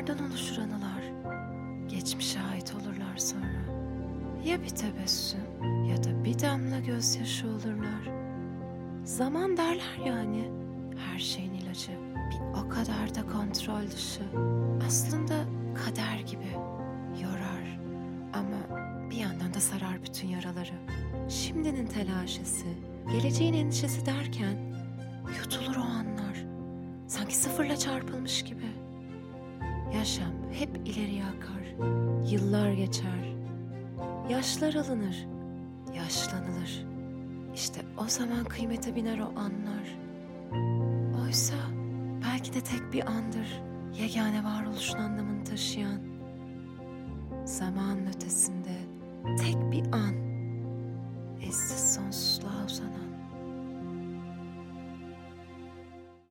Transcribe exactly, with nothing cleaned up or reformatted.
anlardan oluşur anılar. Geçmişe ait olurlar sonra. Ya bir tebessüm ya da bir damla gözyaşı olurlar. Zaman derler yani. Her şeyin ilacı. Bir o kadar da kontrol dışı. Aslında kader gibi. Yorar. Ama bir yandan da sarar bütün yaraları. Şimdinin telaşesi, geleceğin endişesi derken yutulur o anlar. Sanki sıfırla çarpılmış gibi. Yaşam hep ileriye akar. Yıllar geçer. Yaşlar alınır. Yaşlanılır. İşte o zaman kıymete biner o anlar. Oysa belki de tek bir andır. Yegane varoluşun anlamını taşıyan. Zamanın ötesinde tek bir an. Eşsiz sonsuzluğa uzanan.